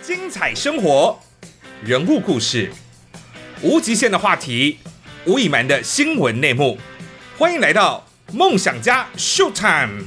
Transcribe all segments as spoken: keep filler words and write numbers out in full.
精彩生活，人物故事，无极限的话题，无隐瞒的新闻内幕，欢迎来到梦想家 Showtime。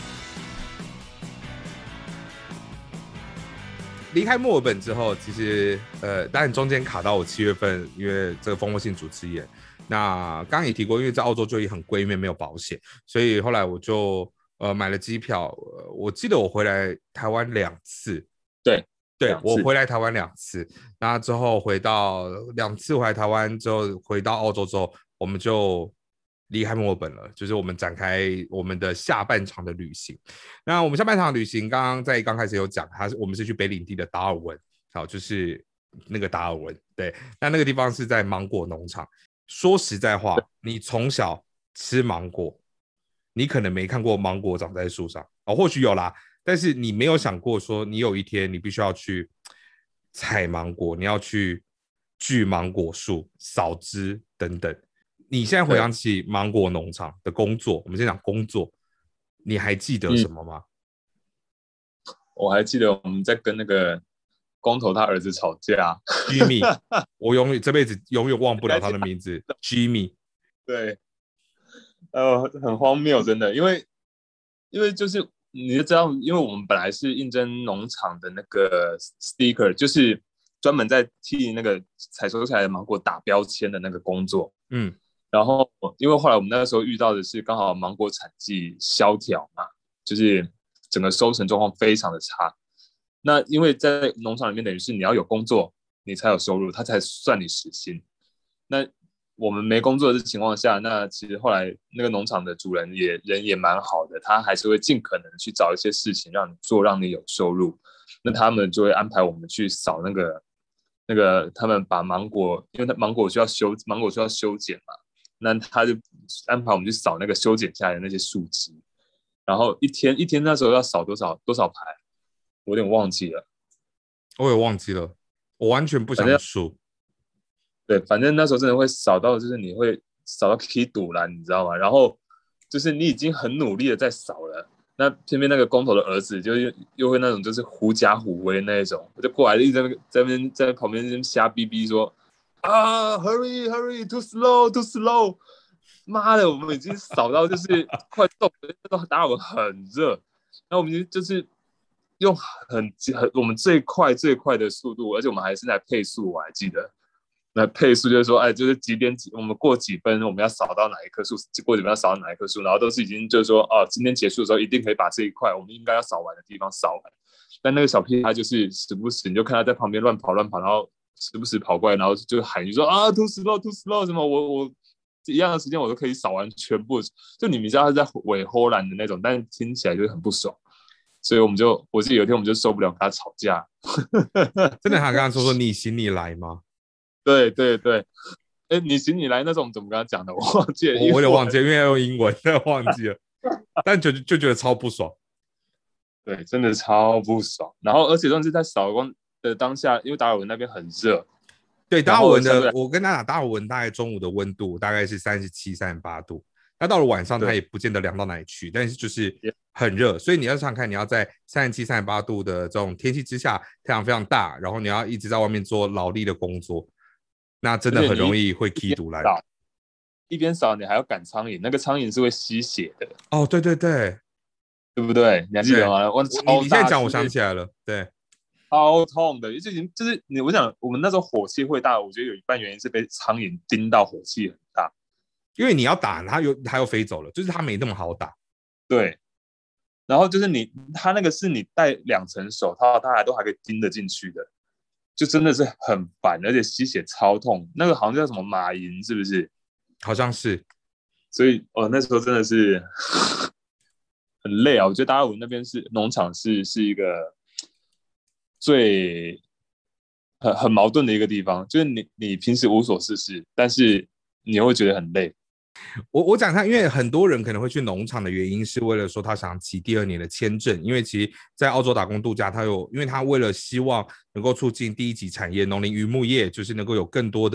离开墨尔本之后，其实呃，当然中间卡到我七月份，因为这个蜂窝性组织炎。那刚刚也提过，因为在澳洲就医很贵，因为没有保险，所以后来我就呃买了机票。呃、我记得我回来台湾两次， 对。 对，我回来台湾两次，那之后回到两次回来台湾之后，回到澳洲之后，我们就离开墨尔本了，就是我们展开我们的下半场的旅行。那我们下半场的旅行，刚刚在刚开始有讲，它是我们是去北领地的达尔文，好，就是那个达尔文，对，那那个地方是在芒果农场。说实在话，你从小吃芒果，你可能没看过芒果长在树上，哦，或许有啦。但是你没有想过说，你有一天你必须要去采芒果，你要去锯芒果树、扫枝等等。你现在回想起芒果农场的工作，我们先讲工作，你还记得什么吗？ 嗯、我还记得我们在跟那个工头他儿子吵架 ，Jimmy， 我永远这辈子永远忘不了他的名字，Jimmy。 对，呃，很荒谬，真的，因为因为就是。你就知道，因为我们本来是应征农场的那个 sticker， 就是专门在替那个采收下来的芒果打标签的那个工作。嗯，然后因为后来我们那个时候遇到的是刚好芒果产季萧条嘛，就是整个收成状况非常的差。那因为在农场里面，等于是你要有工作，你才有收入，他才算你时薪。那我们没工作的情况下，那其实后来那个农场的主人也人也蛮好的，他还是会尽可能去找一些事情让你做，让你有收入。那他们就会安排我们去扫那个那个，他们把芒果，因为芒果需要修芒果需要修剪嘛，那他就安排我们去扫那个修剪下来的那些树枝。然后一天一天那时候要扫多少多少排，我有点忘记了。 我也忘记了，我完全不想数。 对，反正那时候真的会扫到，就是你会扫到可以堵拦，你知道吗？然后就是你已经很努力的在扫了，那偏偏那个工头的儿子就又会那种就是狐假虎威那一种，我就过来一直在那在那边在旁边瞎逼逼说啊 ，hurry hurry too slow too slow， 妈的，我们已经扫到就是快冻了，那时达尔文很热，那我们就是用很很我们最快最快的速度，而且我们还是在配速，我还记得。那配速就是说，哎，就是几点几，我们过几分，我们要扫到哪一棵树，过几分要扫到哪一棵树，然后都是已经就是说，哦，今天结束的时候一定可以把这一块我们应该要扫完的地方扫完。但那个小屁他就是时不时，你就看他在旁边乱跑乱跑，然后时不时跑过来，然后就喊，就说啊 ，too slow too slow 什么，我我一样的时间我都可以扫完全部，就你明知道他是在尾后拦的那种，但听起来就是很不爽。所以我们就，我自己有一天我们就受不了跟他吵架。 真的，他刚刚说说你行你来吗？ 对对对，哎，你行你来那种怎么跟他讲的？我忘记了， 我有点忘记了，因为要用英文，忘记了。但就就觉得超不爽， 对，真的超不爽。然后，而且甚至在扫光的当下，因为达尔文那边很热， 对，达尔文的，我跟他讲，达尔文大概中午的温度大概是三十七、三十八度，那到了晚上，它也不见得凉到哪里去，但是就是很热，所以你要想看，你要在三十七、三十八度的这种天气之下，太阳非常大，然后你要一直在外面做劳力的工作。那真的很容易会踢毒来， 一边扫你还要赶苍蝇，那个苍蝇是会吸血的。 哦，对对对， 对不对？你还记得吗？我你你现在讲，我想起来了，对， 超痛的，就已经就是你，我想我们那时候火气会大，我觉得有一半原因是被苍蝇叮到，火气很大。 因为你要打它又它又飞走了，就是它没那么好打。 对，然后就是你，它那个是你戴两层手套，它还都还可以叮得进去的。就真的是很烦，而且吸血超痛。那个好像叫什么马蝇，是不是？ 好像是。 所以哦，那时候真的是很累啊。我觉得达尔文那边是农场是是一个最很很矛盾的一个地方，就是你你平时无所事事，但是你会觉得很累。 我我讲他，因为很多人可能会去农场的原因是为了说他想骑第二年的签证，因为其实在澳洲打工度假，他有，因为他为了希望能够促进第一级产业农林渔牧业，就是能够有更多的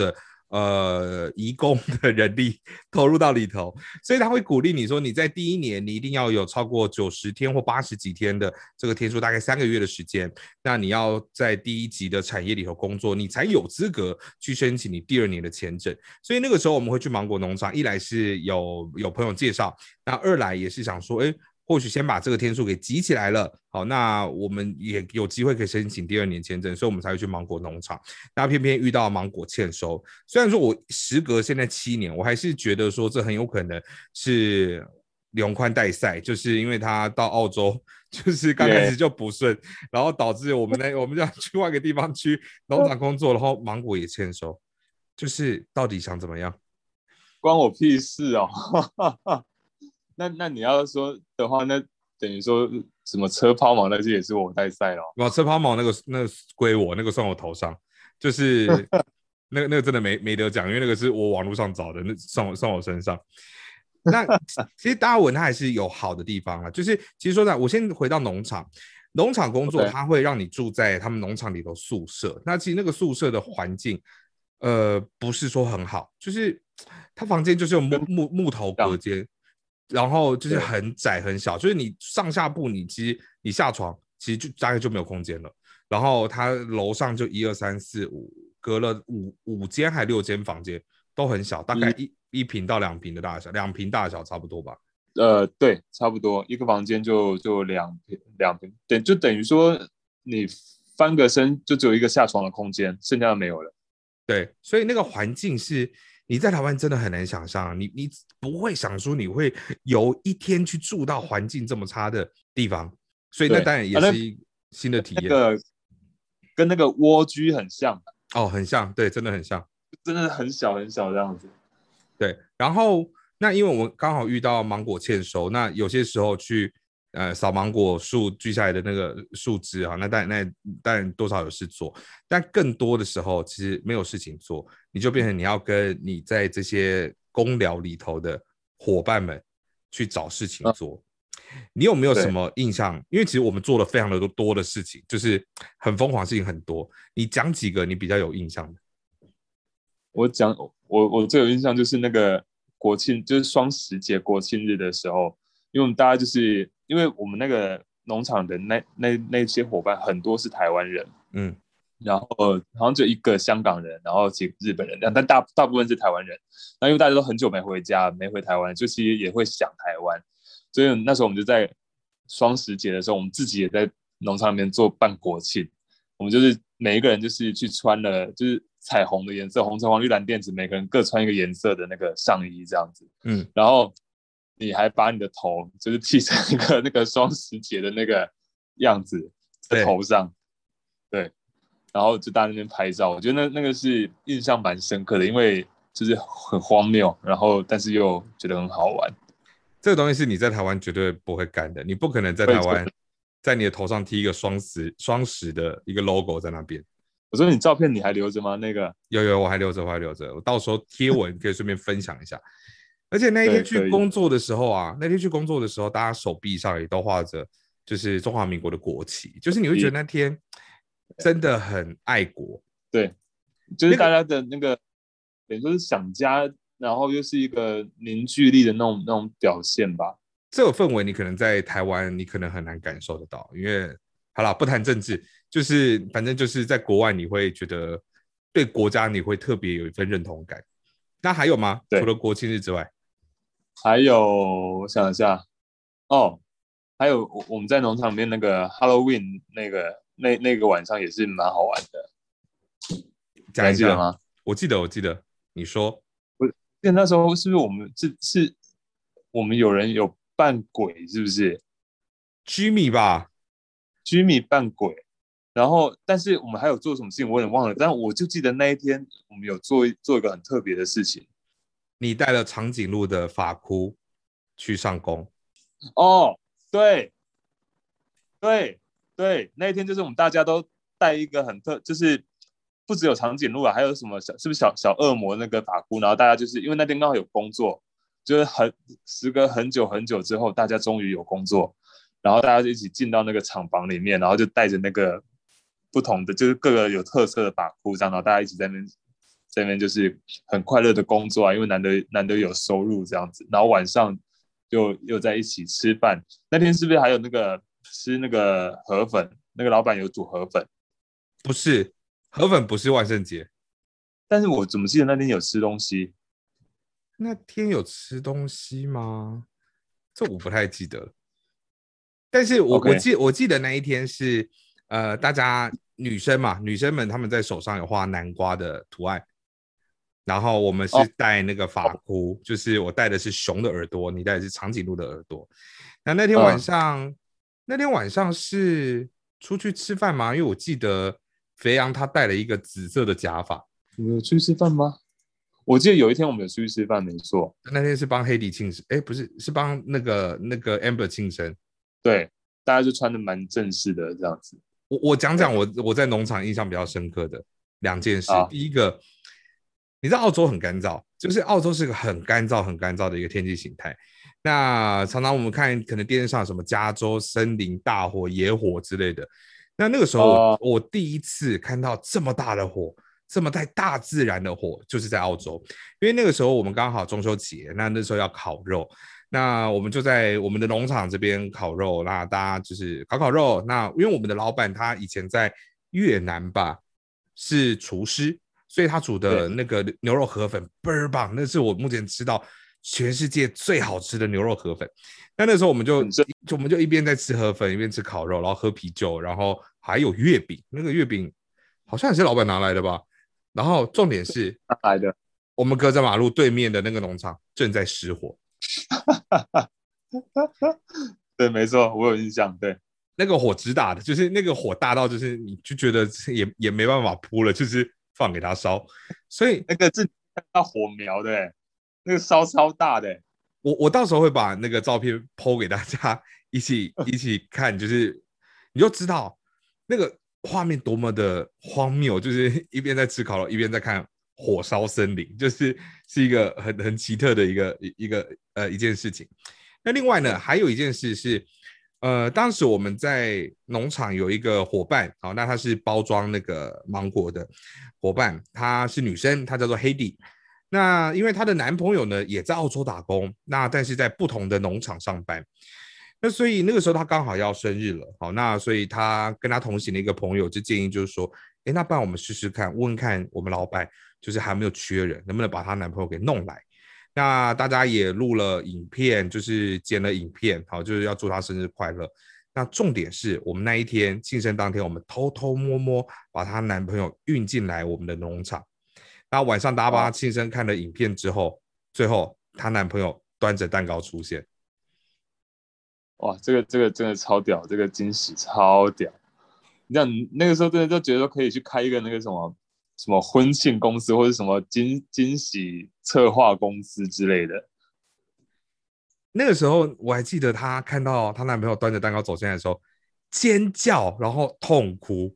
呃移工的人力投入到里头，所以他会鼓励你说你在第一年你一定要有超过九十天或八十几天的这个天数，大概三个月的时间，那你要在第一级的产业里头工作，你才有资格去申请你第二年的签证。所以那个时候我们会去芒果农场，一来是有有朋友介绍，那二来也是想说，哎。或许先把这个天数给集起来了，好，那我们也有机会可以申请第二年签证，所以我们才会去芒果农场。那偏偏遇到芒果欠收，虽然说我时隔现在七年，我还是觉得说这很有可能是李鸿宽带赛，就是因为他到澳洲就是刚开始就不顺， yeah. 然后导致我们呢，我们就要去外个地方去农场工作，然后芒果也欠收，就是到底想怎么样？ 关我屁事哦！那那你要说的话，那等于说什么车抛锚那些也是我带赛咯。 哇，车抛锚那个那个归我，那个算我头上，就是那个那个真的没没得讲，因为那个是我网络上找的，那算我算我身上。那其实达尔文它还是有好的地方啊，就是其实说在，我先回到农场，农场工作它会让你住在他们农场里头宿舍，那其实那个宿舍的环境，呃，不是说很好，就是它房间就是用木木木头隔间。然后就是很窄很小，就是你上下铺，你其实你下床，其实就大概就没有空间了。然后它楼上就一二三四五，隔了五五间还六间房间，都很小，大概一、嗯、一平到两平的大小，两平大小差不多吧。 呃，对，差不多一个房间就就两平两平，等就等于说你翻个身就只有一个下床的空间，剩下的没有了。 对，所以那个环境是。你在台湾真的很难想象，你你不会想说你会有一天去住到环境这么差的地方，所以那当然也是一新的体验。 那个跟那个蜗居很像哦，很像，对，真的很像， 真的很小很小这样子。 对，然后那因为我们刚好遇到芒果欠收，那有些时候去呃扫芒果树锯下来的那个树枝啊，那当然那当然多少有事做，但更多的时候其实没有事情做，你就变成你要跟你在这些公寮里头的伙伴们去找事情做。嗯、你有没有什么印象？因为其实我们做了非常的多的事情，就是很疯狂，事情很多。你讲几个你比较有印象的？ 我讲我我最有印象就是那个国庆，就是双十节国庆日的时候，因为我们大家就是因为我们那个农场的那那那些伙伴很多是台湾人，嗯，然后好像就一个香港人，然后几个日本人，但大大部分是台湾人。那因为大家都很久没回家，没回台湾，就其实也会想台湾，所以那时候我们就在双十节的时候，我们自己也在农场里面做办国庆，我们就是每一个人就是去穿了就是彩虹的颜色，红橙黄绿蓝靛紫，每个人各穿一个颜色的那个上衣这样子，嗯，然后你还把你的头就是剃成一个那个双十节的那个样子在头上，对。对，然后就大家那边拍照，我觉得那那个是印象蛮深刻的，因为就是很荒谬，然后但是又觉得很好玩。 这个东西是你在台湾绝对不会干的，你不可能在台湾在你的头上剃一个双十双十的一个 logo 在那边。 我说你照片你还留着吗？那个有有，我还留着，我还留着，我到时候贴文可以顺便分享一下。而且那一天去工作的时候啊，那天去工作的时候，大家手臂上也都画着就是中华民国的国旗，就是你会觉得那天真的很爱国。 对，就是大家的那个等于说是想家，然后又是一个凝聚力的那种那种表现吧。 这个氛围你可能在台湾你可能很难感受得到，因为好啦，不谈政治，就是反正就是在国外你会觉得对国家你会特别有一份认同感。那还有吗？除了国庆日之外， 还有我想一下，哦，还有我们在农场里面那个 Halloween 那个那那个晚上也是蛮好玩的。 讲一下吗？我记得，我记得你说， 我记得那时候是不是我们是是，我们有人有扮鬼，是不是 ？Jimmy 吧 ，Jimmy 扮鬼，然后但是我们还有做什么事情，我有点忘了，但我就记得那一天我们有做做一个很特别的事情。 你带了长颈鹿的发箍去上工。 哦，对，对对，那一天就是我们大家都带一个很特，就是不只有长颈鹿啊，还有什么小是不是小小恶魔那个发箍，然后大家就是因为那天刚好有工作，就是很时隔很久很久之后，大家终于有工作，然后大家就一起进到那个厂房里面，然后就带着那个不同的就是各个有特色的发箍，这样，然后大家一起在那边在那边就是很快乐的工作啊，因为难得难得有收入这样子，然后晚上就又在一起吃饭。那天是不是还有那个吃那个河粉？那个老板有煮河粉？ 不是，河粉不是万圣节。 但是我怎么记得那天有吃东西？ 那天有吃东西吗？这我不太记得了。但是我 OK 我记我记得那一天是呃，大家女生嘛，女生们她们在手上有画南瓜的图案，然后我们是哦戴那个发箍，就是我戴的是熊的耳朵，你戴的是长颈鹿的耳朵。那那天晚嗯， 上，那天晚上是出去吃饭吗？因为我记得肥羊他戴了一个紫色的假发。 我们有出去吃饭吗？我记得有一天我们有出去吃饭，没错。 那天是帮黑迪庆生，哎，不是，是帮那个那个 Amber 庆生。 对，大家就穿的蛮正式的这样子。 我我讲讲我我在农场印象比较深刻的两件事。 啊， 第一个，你知道澳洲很干燥，就是澳洲是个很干燥很干燥的一个天气形态。那常常我们看可能电视上什么加州森林大火、野火之类的。那那个时候我、 哦， 我第一次看到这么大的火，这么在大自然的火，就是在澳洲。因为那个时候我们刚好中秋节，那那时候要烤肉，那我们就在我们的农场这边烤肉，那大家就是烤烤肉。那因为我们的老板他以前在越南吧是厨师，所以他煮对， 的那个牛肉河粉倍儿棒，那是我目前吃到全世界最好吃的牛肉河粉。那那时候我们就很正。 就我们就一边在吃河粉，一边吃烤肉，然后喝啤酒，然后还有月饼。那个月饼好像也是老板拿来的吧。然后重点是， 来的。 我们隔着马路对面的那个农场正在失火。 对，没错，我有印象。对， 那个火直打的，就是那个火大到，就是你就觉得也也没办法扑了，就是放给它烧。所以那个是看到火苗的，欸，那个烧超大的，欸。 我我到时候会把那个照片 P O 给大家一起一起看，就是你就知道那个画面多么的荒谬，就是一边在吃烤肉，一边在看火烧森林，就是是一个很很奇特的一个一个呃一件事情。那另外呢，还有一件事是，呃，当时我们在农场有一个伙伴，好，那她是包装那个芒果的伙伴，她是女生，她叫做黑迪。那因为她的男朋友呢也在澳洲打工，那但是在不同的农场上班，那所以那个时候她刚好要生日了，好，那所以她跟她同行的一个朋友就建议就是说，哎，那不然我们试试看，问问看我们老板就是还没有缺人，能不能把她男朋友给弄来。那大家也录了影片，就是剪了影片，好，就是要祝她生日快乐。那重点是我们那一天庆生当天，我们偷偷摸摸把她男朋友运进来我们的农场。那晚上大家帮她庆生看了影片之后，最后她男朋友端着蛋糕出现。 哇，这个这个真的超屌，这个惊喜超屌。你讲那个时候真的就觉得可以去开一个那个什么什么婚庆公司，或者什么惊惊喜策划公司之类的。 那个时候我还记得她看到她男朋友端着蛋糕走进来的时候，尖叫，然后痛哭。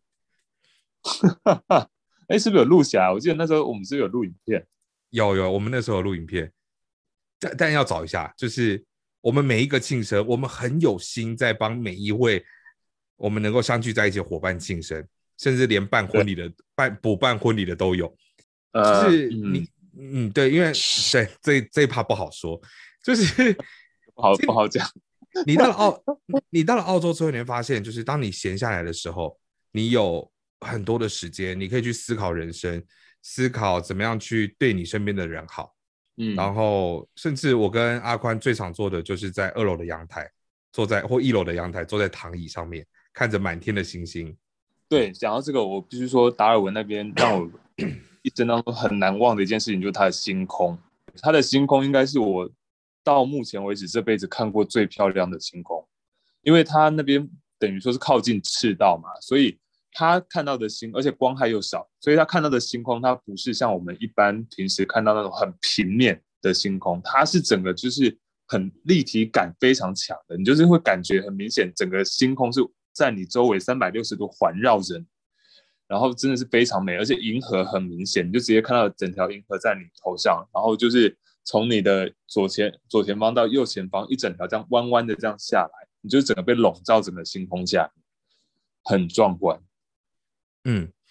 哎，是不是有录起来？我记得那时候我们是不是有录影片？ 有有，我们那时候有录影片，但但要找一下，就是我们每一个庆生，我们很有心在帮每一位我们能够相聚在一起的伙伴庆生，甚至连办婚礼的、办补办婚礼的都有。就呃， 是嗯， 你，嗯，对，因为对这这一趴不好说，就是不好不好讲。 你到了澳，你到了澳洲之后，你会发现，就是当你闲下来的时候，你有很多的时间，你可以去思考人生，思考怎么样去对你身边的人好。然嗯， 后，甚至我跟阿宽最常做的，就是在二楼的阳台，坐在或一楼的阳台，坐在躺椅上面，看着满天的星星。 对，讲到这个，我必须说达尔文那边让我一生当中很难忘的一件事情，就是他的星空。他的星空应该是我到目前为止这辈子看过最漂亮的星空，因为他那边等于说是靠近赤道嘛，所以他看到的星，而且光害又少，所以他看到的星空，它不是像我们一般平时看到那种很平面的星空，它是整个就是很立体感非常强的，你就是会感觉很明显，整个星空是在你周围三百六十度环绕着你，然后真的是非常美，而且银河很明显，你就直接看到整条银河在你头上，然后就是从你的左前左前方到右前方一整条这样弯弯的这样下来，你就整个被笼罩整个星空下，很壮观。 嗯，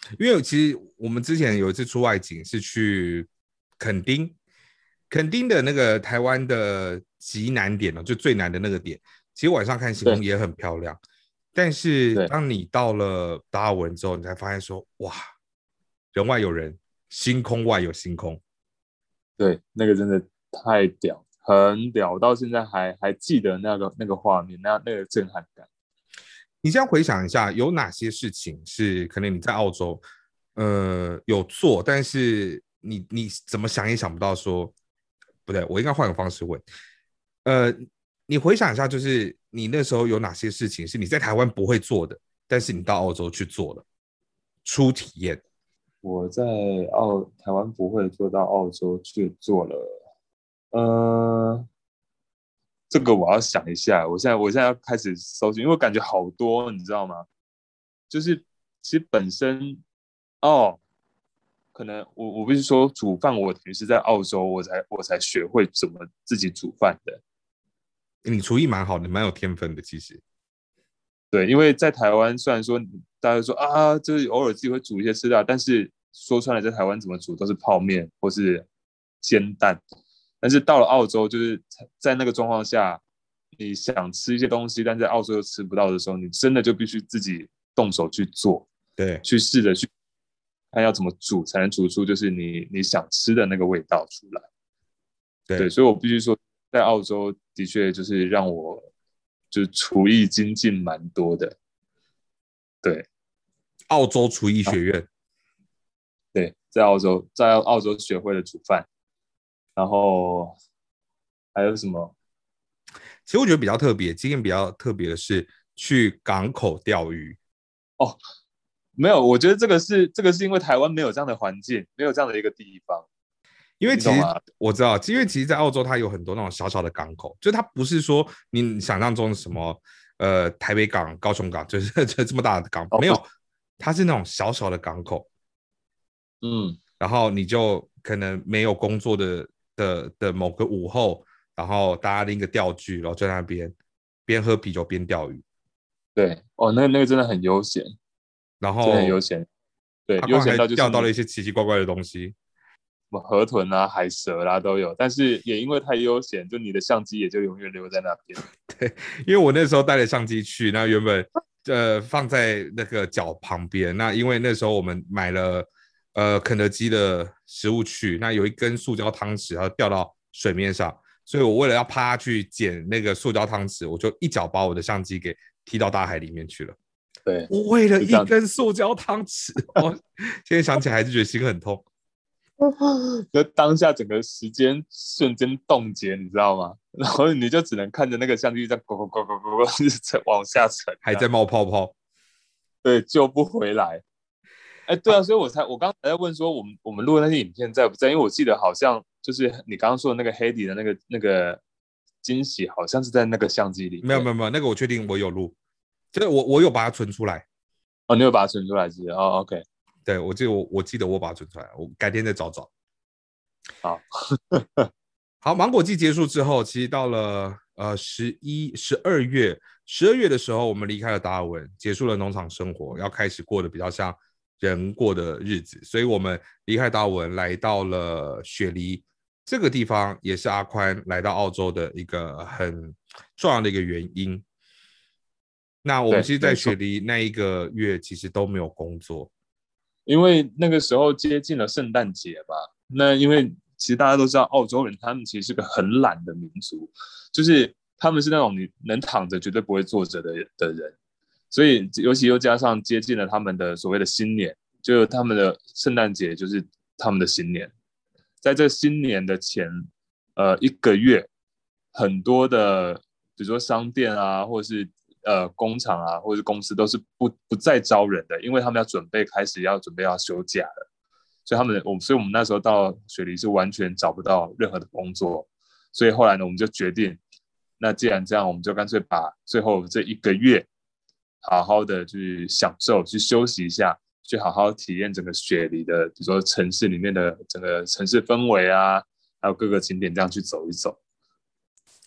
因为其实我们之前有一次出外景是去垦丁，垦丁的那个台湾的极南点哦，就最南的那个点，其实晚上看星空对也很漂亮。但是对当你到了达尔文之后，你才发现说，哇，人外有人，星空外有星空。 对，那个真的太屌，很屌，我到现在还还记得那个那个画面，那那个震撼感。 你这样回想一下，有哪些事情是可能你在澳洲，呃，有做，但是你你怎么想也想不到说，不对，我应该换个方式问，呃，你回想一下，就是你那时候有哪些事情是你在台湾不会做的，但是你到澳洲去做了，初体验。 我在澳台湾不会做到澳洲去做了，呃，这个我要想一下，我现在我现在要开始搜寻，因为我感觉好多，你知道吗？就是其实本身哦，可能我我必须说煮饭，我等于是在澳洲我才我才学会怎么自己煮饭的。 你厨艺蛮好的，蛮有天分的，其实。 对，因为在台湾虽然说大家说啊，就是偶尔自己会煮一些吃的，但是说穿了，在台湾怎么煮都是泡面或是煎蛋。但是到了澳洲，就是在那个状况下，你想吃一些东西，但在澳洲又吃不到的时候，你真的就必须自己动手去做， 对去试着去看要怎么煮才能煮出就是你你想吃的那个味道出来。对， 对， 所以我必须说，在澳洲的确就是让我就是厨艺精进蛮多的。对， 澳洲厨艺啊， 学院。 对，在澳洲，在澳洲学会了煮饭，然后还有什么？ 其实我觉得比较特别，经验比较特别的是去港口钓鱼。 哦，没有，我觉得这个是这个是因为台湾没有这样的环境，没有这样的一个地方， 因为其实你懂吗？ 我知道，因为其实，在澳洲它有很多那种小小的港口，就它不是说你想象中的什么呃台北港、高雄港，就是这这么大的港， 哦， 没有， 不是， 它是那种小小的港口， 嗯， 然后你就可能没有工作的的的某个午后，然后大家拎个钓具，然后在那边边喝啤酒边钓鱼， 对，哦，那那个真的很悠闲， 然真的很悠后闲，对，悠阿宽还闲到就是你钓到了一些奇奇怪怪的东西。 什么河豚啊、海蛇啦、都有，但是也因为太悠闲，就你的相机也就永远留在那边。 对，因为我那时候带着相机去，那原本呃放在那个脚旁边，那因为那时候我们买了呃肯德基的食物去，那有一根塑胶汤匙，然后掉到水面上，所以我为了要趴下去捡那个塑胶汤匙，我就一脚把我的相机给踢到大海里面去了。 对， 我为了就这样。 一根塑胶汤匙，我现在想起来还是觉得心很痛。 就当下整个时间瞬间冻结，你知道吗？然后你就只能看着那个相机在咕咕咕咕咕咕一直往下沉， 还在冒泡泡。 对，救不回来。哎，对啊，所以我才我刚才在问说，我们我们录的那些影片在不在？因为我记得好像就是你刚刚说的那个黑底的那个那个惊喜，好像是在那个相机里面。 没有没有没有，那个我确定我有录，就是我我有把它存出来。 哦，你有把它存出来是？哦，OK， 对，我记得我我记得我把它存出来，我改天再找找。 好， 好，芒果季结束之后，其实到了呃十一、十二月，十二月的时候，我们离开了达尔文，结束了农场生活，要开始过得比较像人过的日子，所以我们离开达尔文，来到了雪梨这个地方，也是阿宽来到澳洲的一个很重要的一个原因。那我们对， 其实，在没错， 雪梨那一个月，其实都没有工作。 因为那个时候接近了圣诞节吧。那因为其实大家都知道，澳洲人他们其实是个很懒的民族，就是他们是那种你能躺着绝对不会坐着的的人，所以尤其又加上接近了他们的所谓的新年，就他们的圣诞节就是他们的新年，在这新年的前呃一个月，很多的比如说商店啊，或者是呃工厂啊，或者是公司都是不不再招人的，因为他们要准备开始要准备要休假了。所以他们我们所以我们那时候到雪梨是完全找不到任何的工作，所以后来呢，我们就决定，那既然这样，我们就干脆把最后这一个月好好的去享受，去休息一下，去好好体验整个雪梨的，比如说城市里面的整个城市氛围啊，还有各个景点这样去走一走。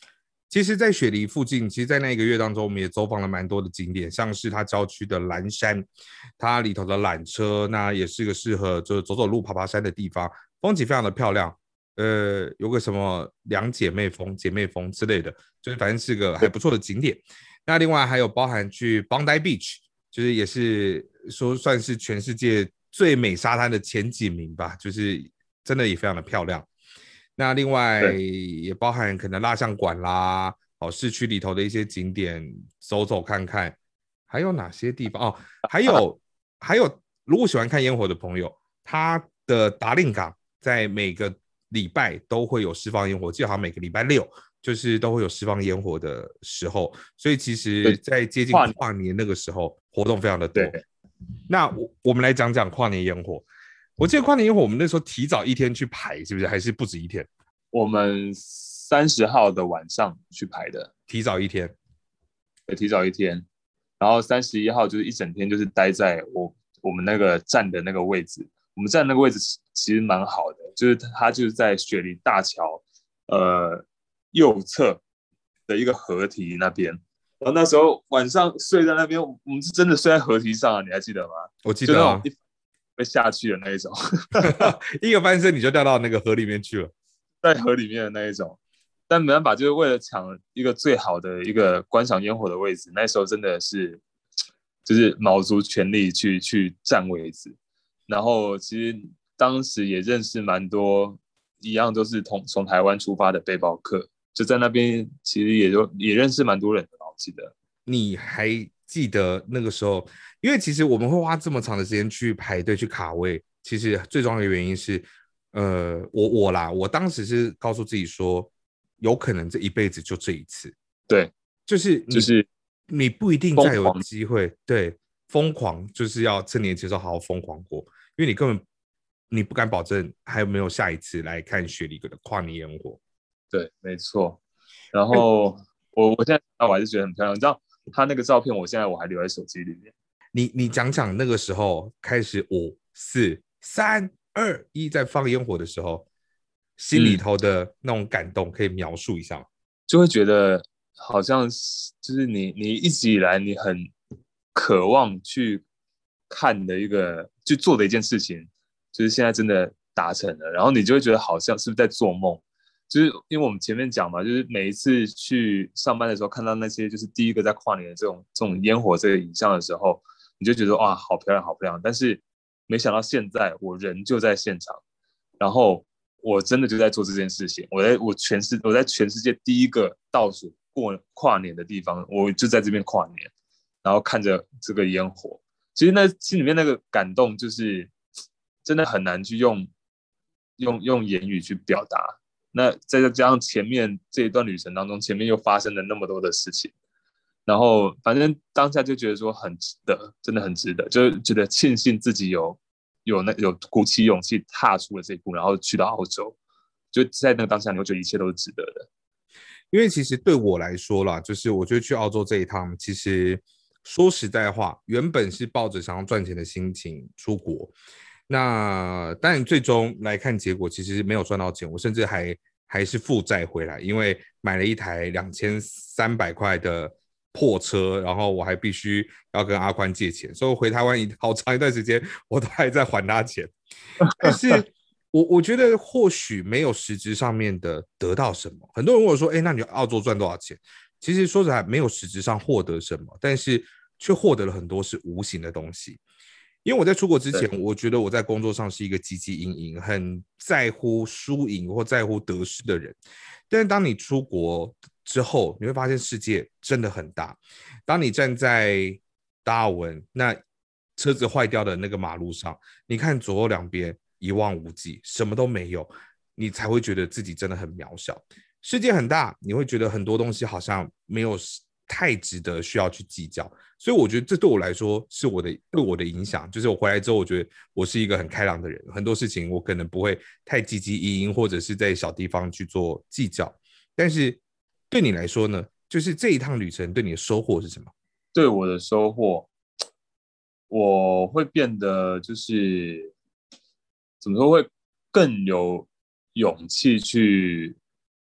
其实，在雪梨附近，其实，在那一个月当中，我们也走访了蛮多的景点，像是它郊区的蓝山，它里头的缆车，那也是个适合就是走走路、爬爬山的地方，风景非常的漂亮。呃，有个什么两姐妹峰、姐妹峰之类的，就是反正是个还不错的景点。那另外还有包含去 Bondi Beach，就是也是说算是全世界最美沙滩的前几名吧，就是真的也非常的漂亮。那另外也包含可能蜡像馆啦，哦，市区里头的一些景点走走看看，还有哪些地方哦？还有还有，如果喜欢看烟火的朋友，它的达令港在每个礼拜都会有释放烟火，记得好像每个礼拜六就是都会有释放烟火的时候，所以其实在接近跨年那个时候，活动非常的多。那我我们来讲讲跨年烟火。我记得跨年烟火，我们那时候提早一天去排，是不是？还是不止一天？ 我们三十号的晚上去排的， 提早一天， 对，提早一天。然后三十一号就是一整天，就是待在我我们那个站的那个位置。我们站那个位置其实蛮好的，就是它就是在雪梨大桥呃右侧的一个河堤那边。然后那时候晚上睡在那边，我们是真的睡在河堤上啊，你还记得吗？ 我记得啊， 被下去的那一种， 一个翻身你就掉到那个河里面去了， 在河里面的那一种。但没办法，就是为了抢一个最好的一个观赏烟火的位置，那时候真的是就是卯足全力去去占位置。然后其实当时也认识蛮多一样都是从从台湾出发的背包客，就在那边其实也就也认识蛮多人的，我记得。 你还记得那个时候？因为其实我们会花这么长的时间去排队去卡位，其实最重要的原因是，呃，我我啦，我当时是告诉自己说，有可能这一辈子就这一次， 对， 就是你就是你不一定再有机会，对，疯狂就是要趁年轻的时候好好疯狂过，因为你根本你不敢保证还有没有下一次来看雪梨的跨年烟火。 对，没错。然后我我现在我还是觉得很漂亮，你知道他那个照片，我现在我还留在手机里面。 你你讲讲那个时候开始五四三二一在放烟火的时候，心里头的那种感动，可以描述一下吗？ 就会觉得好像就是你你一直以来你很渴望去看的一个去做的一件事情，就是现在真的达成了，然后你就会觉得好像是不是在做梦。就是因为我们前面讲嘛，就是每一次去上班的时候，看到那些就是第一个在跨年的这种这种烟火这个影像的时候，你就觉得哇，好漂亮，好漂亮。但是没想到现在我人就在现场，然后我真的就在做这件事情。我在我全世我在全世界第一个倒数过跨年的地方，我就在这边跨年，然后看着这个烟火。其实那心里面那个感动，就是真的很难去用用用言语去表达。那再加上前面这一段旅程当中，前面又发生了那么多的事情，然后反正当下就觉得说很值得，真的很值得，就是觉得庆幸自己有有那有鼓起勇气踏出了这一步，然后去到澳洲，就在那个当下，你会觉得一切都是值得的。 因为其实对我来说啦，就是我觉得去澳洲这一趟，其实说实在话，原本是抱着想要赚钱的心情出国，那当然最终来看结果，其实没有赚到钱，我甚至还还是负债回来，因为买了一台两千三百块的破车，然后我还必须要跟阿宽借钱，所以我回台湾一好长一段时间，我都还在还他钱。但是我我觉得或许没有实质上面的得到什么。很多人问我说：“哎、欸，那你澳洲赚多少钱？”其实说实在，没有实质上获得什么，但是却获得了很多是无形的东西。因为我在出国之前，我觉得我在工作上是一个汲汲营营、很在乎输赢或在乎得失的人。但是当你出国之后，你会发现世界真的很大。当你站在达尔文那车子坏掉的那个马路上，你看左右两边一望无际，什么都没有，你才会觉得自己真的很渺小。世界很大，你会觉得很多东西好像没有太值得需要去计较，所以我觉得这对我来说是我的对我的影响，就是我回来之后，我觉得我是一个很开朗的人，很多事情我可能不会太汲汲营营，或者是在小地方去做计较。但是对你来说呢，就是这一趟旅程对你的收获是什么？ 对我的收获，我会变得就是怎么说，会更有勇气去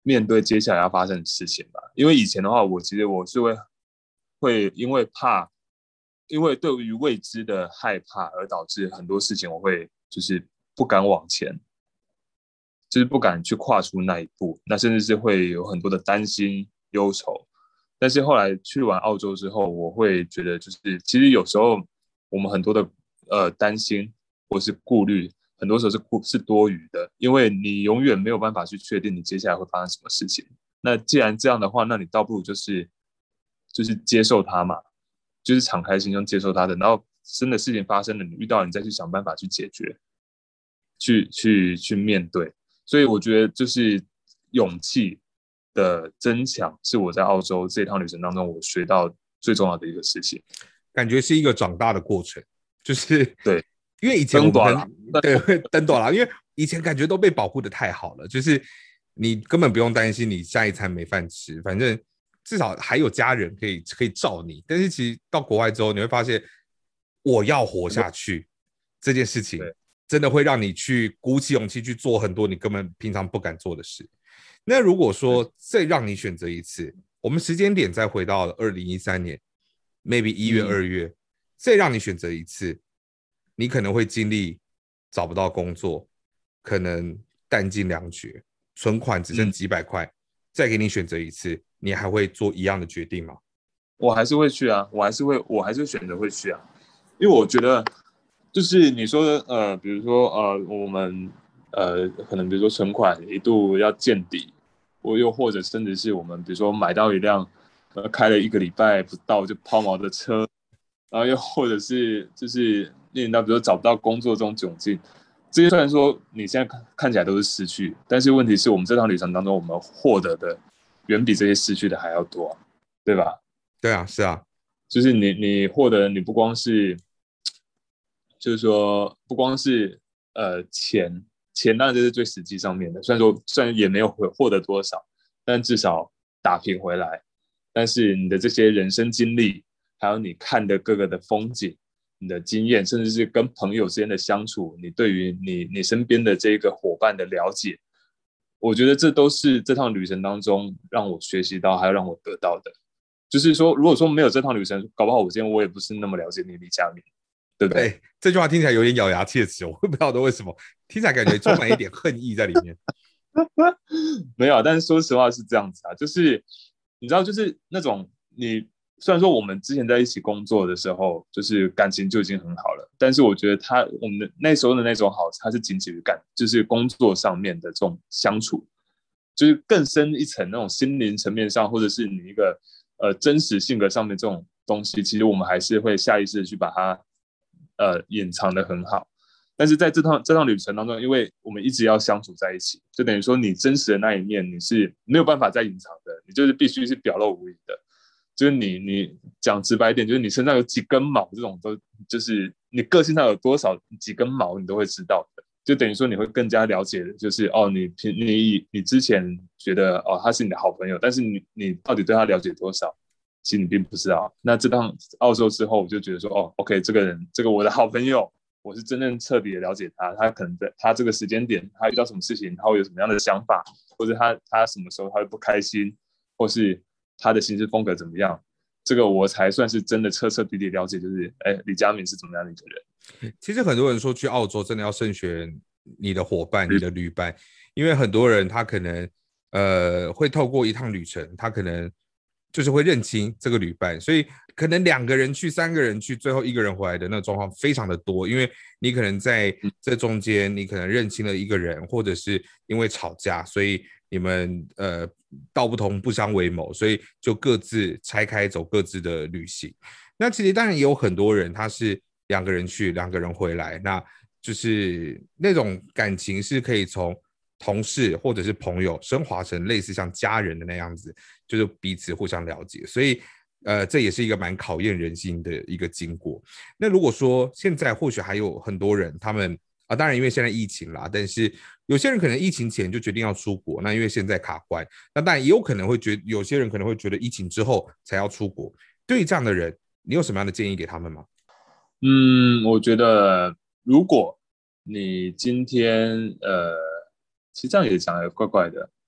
面对接下来要发生的事情吧。因为以前的话，我其实我是会会因为怕，因为对于未知的害怕而导致很多事情我会就是不敢往前，就是不敢去跨出那一步，那甚至是会有很多的担心忧愁。但是后来去完澳洲之后，我会觉得就是其实有时候我们很多的呃担心或是顾虑，很多时候是是多余的，因为你永远没有办法去确定你接下来会发生什么事情。那既然这样的话，那你倒不如就是就是接受它嘛，就是敞开心胸接受它的，然后真的事情发生了，你遇到了你再去想办法去解决，去去去面对。所以我觉得就是勇气的增强是我在澳洲这趟旅程当中我学到最重要的一个事情。 感觉是一个长大的过程，就是对， 因为以前我们可能对登短了，因为以前感觉都被保护的太好了，就是你根本不用担心你下一餐没饭吃，反正至少还有家人可以可以照你。但是其实到国外之后，你会发现我要活下去这件事情，真的会让你去鼓起勇气去做很多你根本平常不敢做的事。那如果说再让你选择一次，我们时间点再回到二零一三年 ，maybe 一月、二月，再让你选择一次，你可能会经历找不到工作，可能弹尽粮绝，存款只剩几百块，再给你选择一次，你还会做一样的决定吗？ 我还是会去啊，我还是会，我还是选择会去啊，因为我觉得就是你说的，呃，比如说呃，我们呃，可能比如说存款一度要见底，或又或者甚至是我们比如说买到一辆呃开了一个礼拜不到就抛锚的车，然后又或者是就是面临到比如说找不到工作这种窘境，这些虽然说你现在看看起来都是失去，但是问题是我们这趟旅程当中我们获得的远比这些失去的还要多，对吧？ 对啊，是啊， 就是你你获得你不光是，就是说不光是呃钱，钱当然这是最实际上面的，虽然说虽然也没有获得多少，但至少打平回来。但是你的这些人生经历，还有你看的各个的风景，你的经验，甚至是跟朋友之间的相处，你对于你你身边的这个伙伴的了解，我觉得这都是这趟旅程当中让我学习到，还有让我得到的。就是说，如果说没有这趟旅程，搞不好我今天我也不是那么了解你李佳明，对不对？ 对，这句话听起来有点咬牙切齿，我不知道为什么，听起来感觉充满一点恨意在里面。 没有，但是说实话是这样子啊，就是你知道，就是那种你虽然说我们之前在一起工作的时候，就是感情就已经很好了，但是我觉得他我们的那时候的那种好，它是仅止于感，就是工作上面的这种相处，就是更深一层那种心灵层面上，或者是你一个呃真实性格上面这种东西，其实我们还是会下意识的去把它呃隐藏的很好。但是在这趟这趟旅程当中，因为我们一直要相处在一起，就等于说你真实的那一面你是没有办法再隐藏的，你就是必须是表露无遗的。就是你你讲直白一点，就是你身上有几根毛这种都就是你个性上有多少几根毛你都会知道的。就等于说你会更加了解的，就是哦，你平你你之前觉得哦他是你的好朋友，但是你你到底对他了解多少，其实你并不知道。那这趟澳洲之后，我就觉得说哦，OK，这个人，这个我的好朋友，我是真正彻底的了解他，他可能在他这个时间点，他遇到什么事情，他会有什么样的想法，或者他他什么时候他会不开心，或是他的行事风格怎么样，这个我才算是真的彻彻底底了解，就是哎，李佳明是怎么样的一个人。 其实很多人说去澳洲真的要慎选你的伙伴、你的旅伴，因为很多人他可能呃会透过一趟旅程，他可能就是会认清这个旅伴，所以可能两个人去、三个人去，最后一个人回来的那个状况非常的多，因为你可能在这中间，你可能认清了一个人，或者是因为吵架，所以你们呃道不同不相为谋，所以就各自拆开走各自的旅行。那其实当然也有很多人他是两个人去，两个人回来，那就是那种感情是可以从同事或者是朋友升华成类似像家人的那样子，就是彼此互相了解，所以呃这也是一个蛮考验人心的一个经过。那如果说现在或许还有很多人他们啊，当然因为现在疫情啦，但是有些人可能疫情前就决定要出国，那因为现在卡关，那当然也有可能会觉得有些人可能会觉得疫情之后才要出国，对于这样的人你有什么样的建议给他们吗？ 嗯，我觉得如果你今天呃，其实这样也讲的怪怪的，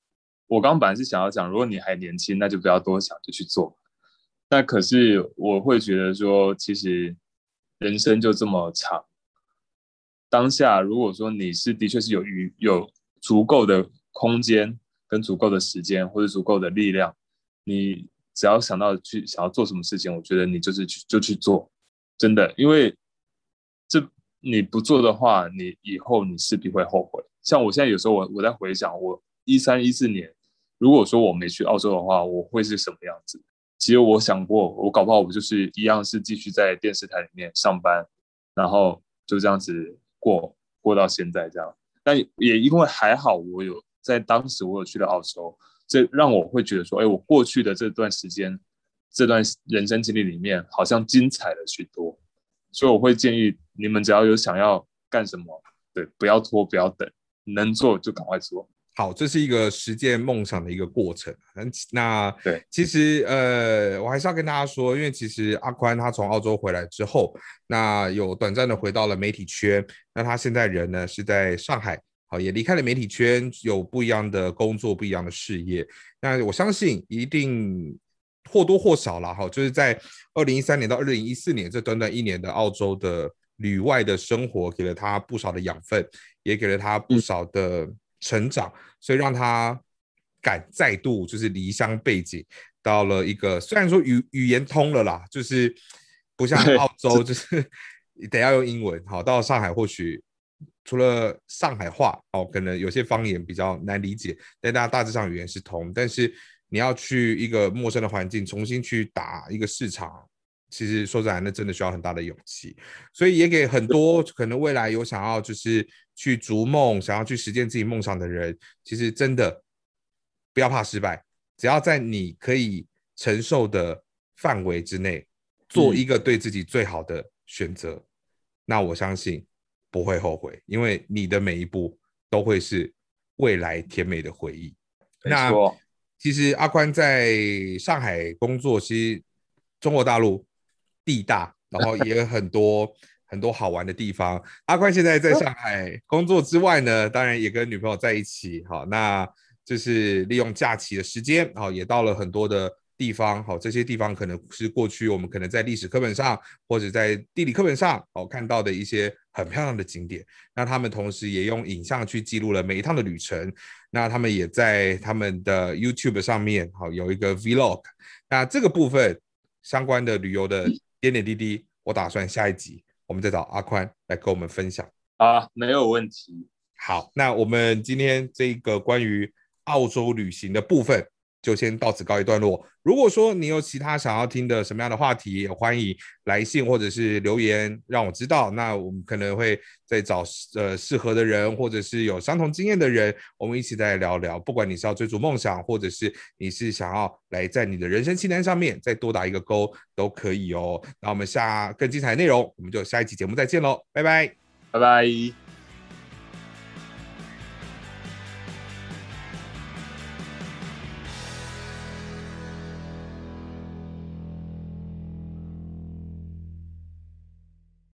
我刚刚本来是想要讲，如果你还年轻，那就不要多想，就去做。但可是我会觉得说，其实人生就这么长，当下如果说你是的确是有余有足够的空间跟足够的时间或者足够的力量，你只要想到去想要做什么事情，我觉得你就是去就去做，真的，因为这你不做的话，你以后你势必会后悔。像我现在有时候我我在回想，我一三一四年，如果说我没去澳洲的话，我会是什么样子？其实我想过，我搞不好我就是一样是继续在电视台里面上班，然后就这样子过过到现在这样。但也因为还好，我有在当时我有去了澳洲，这让我会觉得说，哎，我过去的这段时间，这段人生经历里面，好像精彩了许多。所以我会建议你们，只要有想要干什么，对，不要拖，不要等，能做就赶快做。 好，这是一个实现梦想的一个过程。那对， 其实呃，我还是要跟大家说，因为其实阿宽他从澳洲回来之后，那有短暂的回到了媒体圈，那他现在人呢是在上海，好，也离开了媒体圈，有不一样的工作，不一样的事业。那我相信一定或多或少啦，哈，就是在二零一三年到二零一四年这短短一年的澳洲的旅外的生活，给了他不少的养分，也给了他不少的成长，所以让他敢再度就是离乡背井，到了一个虽然说语语言通了啦，就是不像澳洲就是得要用英文，好，到上海或许除了上海话哦，可能有些方言比较难理解，但大家大致上语言是通，但是你要去一个陌生的环境，重新去打一个市场，其实说实在，那真的需要很大的勇气。所以也给很多可能未来有想要就是去逐梦、想要去实现自己梦想的人，其实真的不要怕失败，只要在你可以承受的范围之内，做一个对自己最好的选择，嗯、那我相信不会后悔，因为你的每一步都会是未来甜美的回忆。 没错。 其实阿宽在上海工作，其实中国大陆地大，然后也有很多很多好玩的地方。阿宽现在在上海工作之外呢，当然也跟女朋友在一起。好，那就是利用假期的时间，好，也到了很多的地方。好，这些地方可能是过去我们可能在历史课本上或者在地理课本上好看到的一些很漂亮的景点。那他们同时也用影像去记录了每一趟的旅程。那他们也在他们的 YouTube 上面好有一个 Vlog。那这个部分相关的旅游的点点滴滴，我打算下一集我们再找阿宽来跟我们分享。 啊，没有问题。 好，那我们今天这个关于澳洲旅行的部分就先到此告一段落。如果说你有其他想要听的什么样的话题，也欢迎来信或者是留言让我知道。那我们可能会再找呃适合的人，或者是有相同经验的人，我们一起再聊聊。不管你是要追逐梦想，或者是你是想要来在你的人生清单上面再多打一个勾，都可以哦。那我们下更精彩的内容，我们就下一期节目再见喽，拜拜， 拜拜。